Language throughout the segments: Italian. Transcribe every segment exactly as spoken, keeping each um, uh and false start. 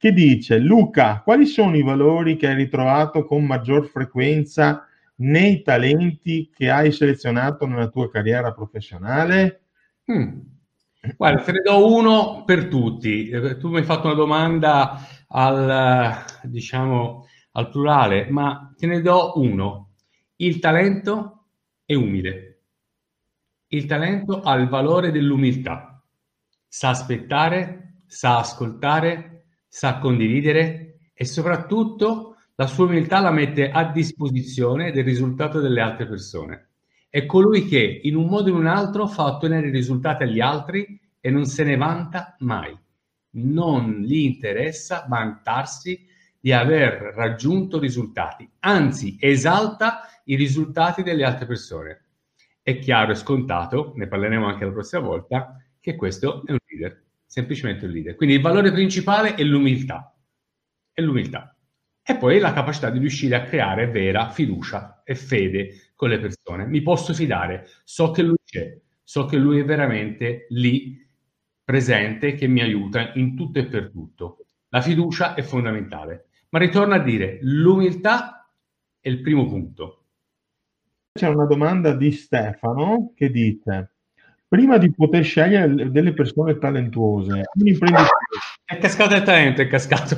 che dice: Luca, quali sono i valori che hai ritrovato con maggior frequenza nei talenti che hai selezionato nella tua carriera professionale? Mm. Guarda, te ne do uno per tutti. Eh, Tu mi hai fatto una domanda al, eh, diciamo, al plurale, ma te ne do uno. Il talento è umile. Il talento ha il valore dell'umiltà. Sa aspettare, sa ascoltare, sa condividere e soprattutto la sua umiltà la mette a disposizione del risultato delle altre persone. È colui che in un modo o in un altro fa ottenere i risultati agli altri e non se ne vanta mai. Non gli interessa vantarsi di aver raggiunto risultati, anzi esalta i risultati delle altre persone. È chiaro e scontato, ne parleremo anche la prossima volta, che questo è un leader, semplicemente un leader. Quindi il valore principale è l'umiltà, è l'umiltà. E poi la capacità di riuscire a creare vera fiducia e fede con le persone. Mi posso fidare, so che lui c'è, so che lui è veramente lì, presente, che mi aiuta in tutto e per tutto. La fiducia è fondamentale. Ma ritorno a dire, l'umiltà è il primo punto. C'è una domanda di Stefano che dice: prima di poter scegliere delle persone talentuose, un imprenditore È cascato il talento, è cascato.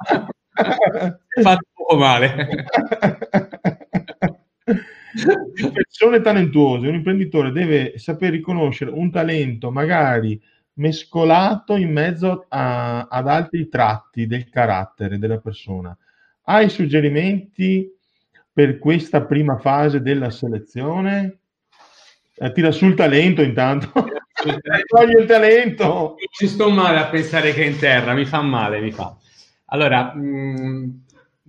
È fatto poco male. Di persone talentuose, un imprenditore deve saper riconoscere un talento magari mescolato in mezzo a- ad altri tratti del carattere della persona. Hai suggerimenti per questa prima fase della selezione? Eh, tira sul talento intanto. Togli il talento. Ci sto male a pensare che è in terra, mi fa male, mi fa. Allora, mh,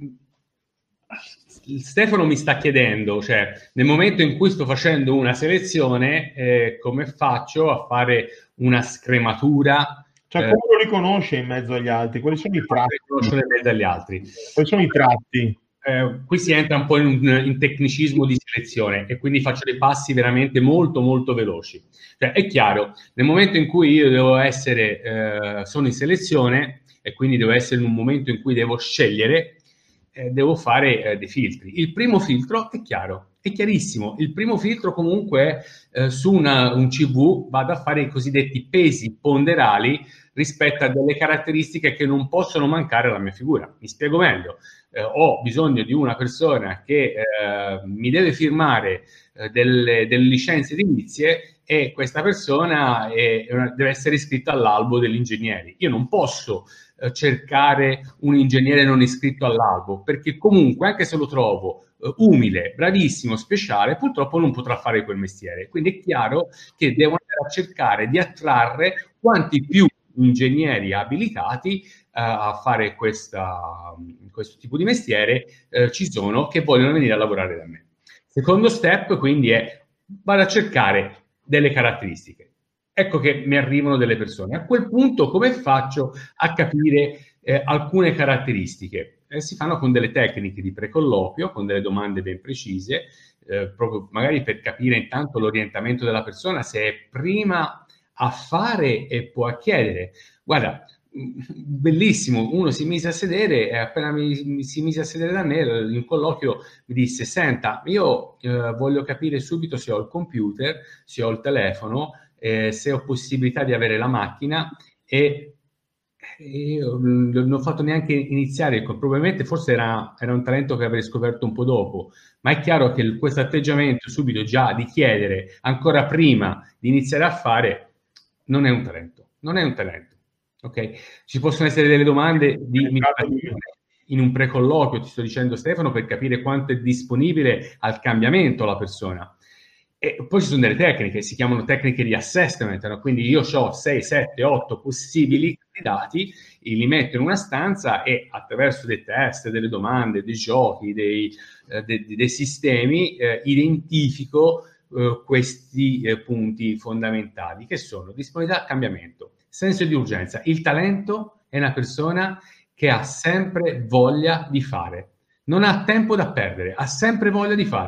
Stefano mi sta chiedendo, cioè, nel momento in cui sto facendo una selezione, eh, come faccio a fare una scrematura? Cioè, eh, come lo riconosce in mezzo agli altri? Quali sono i tratti? riconoscere in mezzo agli altri? Quali sono i tratti? Eh, qui si entra un po' in, un, in tecnicismo di selezione e quindi faccio dei passi veramente molto molto veloci. Cioè, è chiaro, nel momento in cui io devo essere, eh, sono in selezione e quindi devo essere in un momento in cui devo scegliere, eh, devo fare eh, dei filtri. Il primo filtro è chiaro, è chiarissimo. Il primo filtro comunque è eh, su una, un C V vado a fare i cosiddetti pesi ponderali rispetto a delle caratteristiche che non possono mancare alla mia figura. Mi spiego meglio. Eh, ho bisogno di una persona che eh, mi deve firmare eh, delle, delle licenze edilizie e questa persona è, deve essere iscritta all'albo degli ingegneri. Io non posso eh, cercare un ingegnere non iscritto all'albo, perché comunque, anche se lo trovo eh, umile, bravissimo, speciale, purtroppo non potrà fare quel mestiere. Quindi è chiaro che devo andare a cercare di attrarre quanti più ingegneri abilitati uh, a fare questa, questo tipo di mestiere uh, ci sono che vogliono venire a lavorare da me. Secondo step quindi è vado a cercare delle caratteristiche. Ecco che mi arrivano delle persone. A quel punto come faccio a capire eh, alcune caratteristiche? Eh, si fanno con delle tecniche di precolloquio, con delle domande ben precise, eh, proprio magari per capire intanto l'orientamento della persona, se è prima a fare e poi a chiedere. Guarda, bellissimo, uno si mise a sedere e appena mi, mi si mise a sedere da me in colloquio mi disse: senta, io eh, voglio capire subito se ho il computer, se ho il telefono, eh, se ho possibilità di avere la macchina e io non ho fatto neanche iniziare, probabilmente forse era, era un talento che avrei scoperto un po' dopo, ma è chiaro che questo atteggiamento subito già di chiedere ancora prima di iniziare a fare non è un talento, non è un talento, ok? Ci possono essere delle domande di in un precolloquio, ti sto dicendo Stefano, per capire quanto è disponibile al cambiamento la persona. E poi ci sono delle tecniche, si chiamano tecniche di assessment, no? Quindi io ho sei, sette, otto possibili candidati, li metto in una stanza e attraverso dei test, delle domande, dei giochi, dei, eh, dei, dei sistemi, eh, identifico Uh, questi eh, punti fondamentali che sono disponibilità al cambiamento, senso di urgenza. Il talento è una persona che ha sempre voglia di fare, non ha tempo da perdere, ha sempre voglia di fare.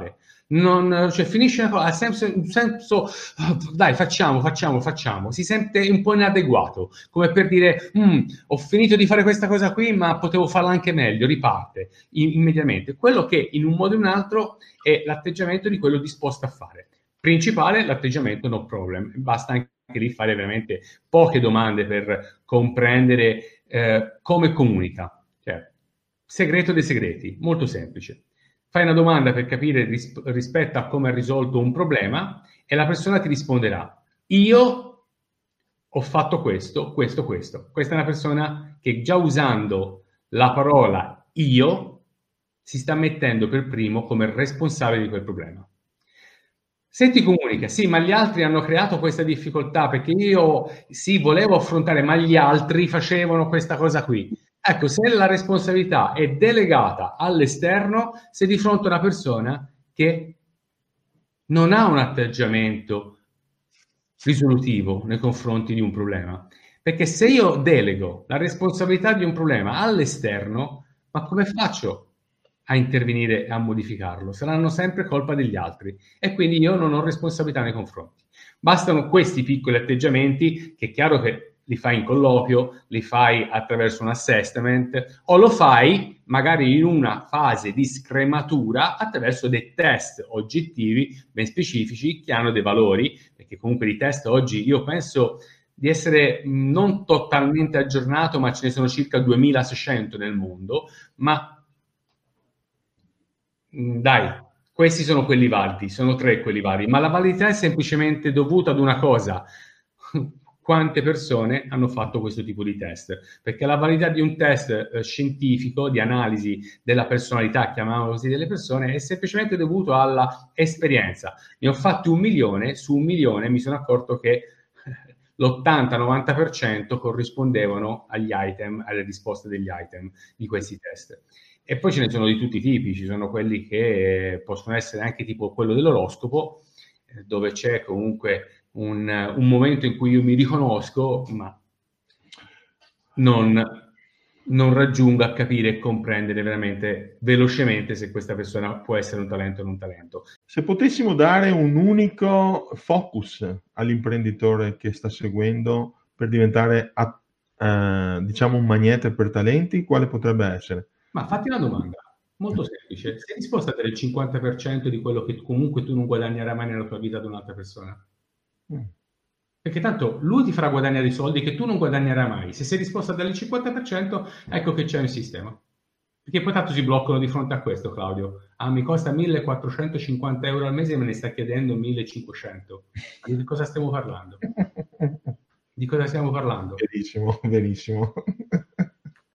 Non, cioè, finisce una cosa, ha senso, un senso, dai, facciamo, facciamo, facciamo. Si sente un po' inadeguato, come per dire, mm, ho finito di fare questa cosa qui, ma potevo farla anche meglio, riparte in, immediatamente. Quello che in un modo o in un altro è l'atteggiamento di quello disposto a fare. Principale, l'atteggiamento no problem. Basta anche lì fare veramente poche domande per comprendere eh, come comunica. Cioè, segreto dei segreti, molto semplice. Fai una domanda per capire ris- rispetto a come ha risolto un problema e la persona ti risponderà: io ho fatto questo, questo, questo. Questa è una persona che già usando la parola io si sta mettendo per primo come responsabile di quel problema. Se ti comunica, sì, ma gli altri hanno creato questa difficoltà perché io sì, volevo affrontare, ma gli altri facevano questa cosa qui. Ecco, se la responsabilità è delegata all'esterno, sei di fronte a una persona che non ha un atteggiamento risolutivo nei confronti di un problema. Perché se io delego la responsabilità di un problema all'esterno, ma come faccio a intervenire e a modificarlo? Saranno sempre colpa degli altri e quindi io non ho responsabilità nei confronti. Bastano questi piccoli atteggiamenti che è chiaro che li fai in colloquio, li fai attraverso un assessment o lo fai magari in una fase di scrematura attraverso dei test oggettivi ben specifici che hanno dei valori, perché comunque di test oggi io penso di essere non totalmente aggiornato, ma ce ne sono circa duemilaseicento nel mondo, ma dai, questi sono quelli validi, sono tre quelli validi, ma la validità è semplicemente dovuta ad una cosa: quante persone hanno fatto questo tipo di test, perché la validità di un test eh, scientifico, di analisi della personalità, chiamiamolo così, delle persone, è semplicemente dovuto alla esperienza. Ne ho fatti un milione, su un milione mi sono accorto che l'ottanta novanta per cento corrispondevano agli item, alle risposte degli item di questi test. E poi ce ne sono di tutti i tipi, ci sono quelli che possono essere anche tipo quello dell'oroscopo, eh, dove c'è comunque un, un momento in cui io mi riconosco, ma non, non raggiungo a capire e comprendere veramente velocemente se questa persona può essere un talento o non un talento. Se potessimo dare un unico focus all'imprenditore che sta seguendo per diventare, eh, diciamo, un magnete per talenti, quale potrebbe essere? Ma fatti una domanda molto semplice: sei disposto a dare il cinquanta per cento di quello che comunque tu non guadagnerai mai nella tua vita ad un'altra persona? Mm. Perché tanto lui ti farà guadagnare i soldi che tu non guadagnerai mai. Se sei disposto a dare il cinquanta per cento, ecco che c'è un sistema. Perché poi tanto si bloccano di fronte a questo, Claudio. Ah, mi costa millequattrocentocinquanta euro al mese e me ne sta chiedendo millecinquecento. Ma di che cosa stiamo parlando? Di cosa stiamo parlando? Verissimo, verissimo.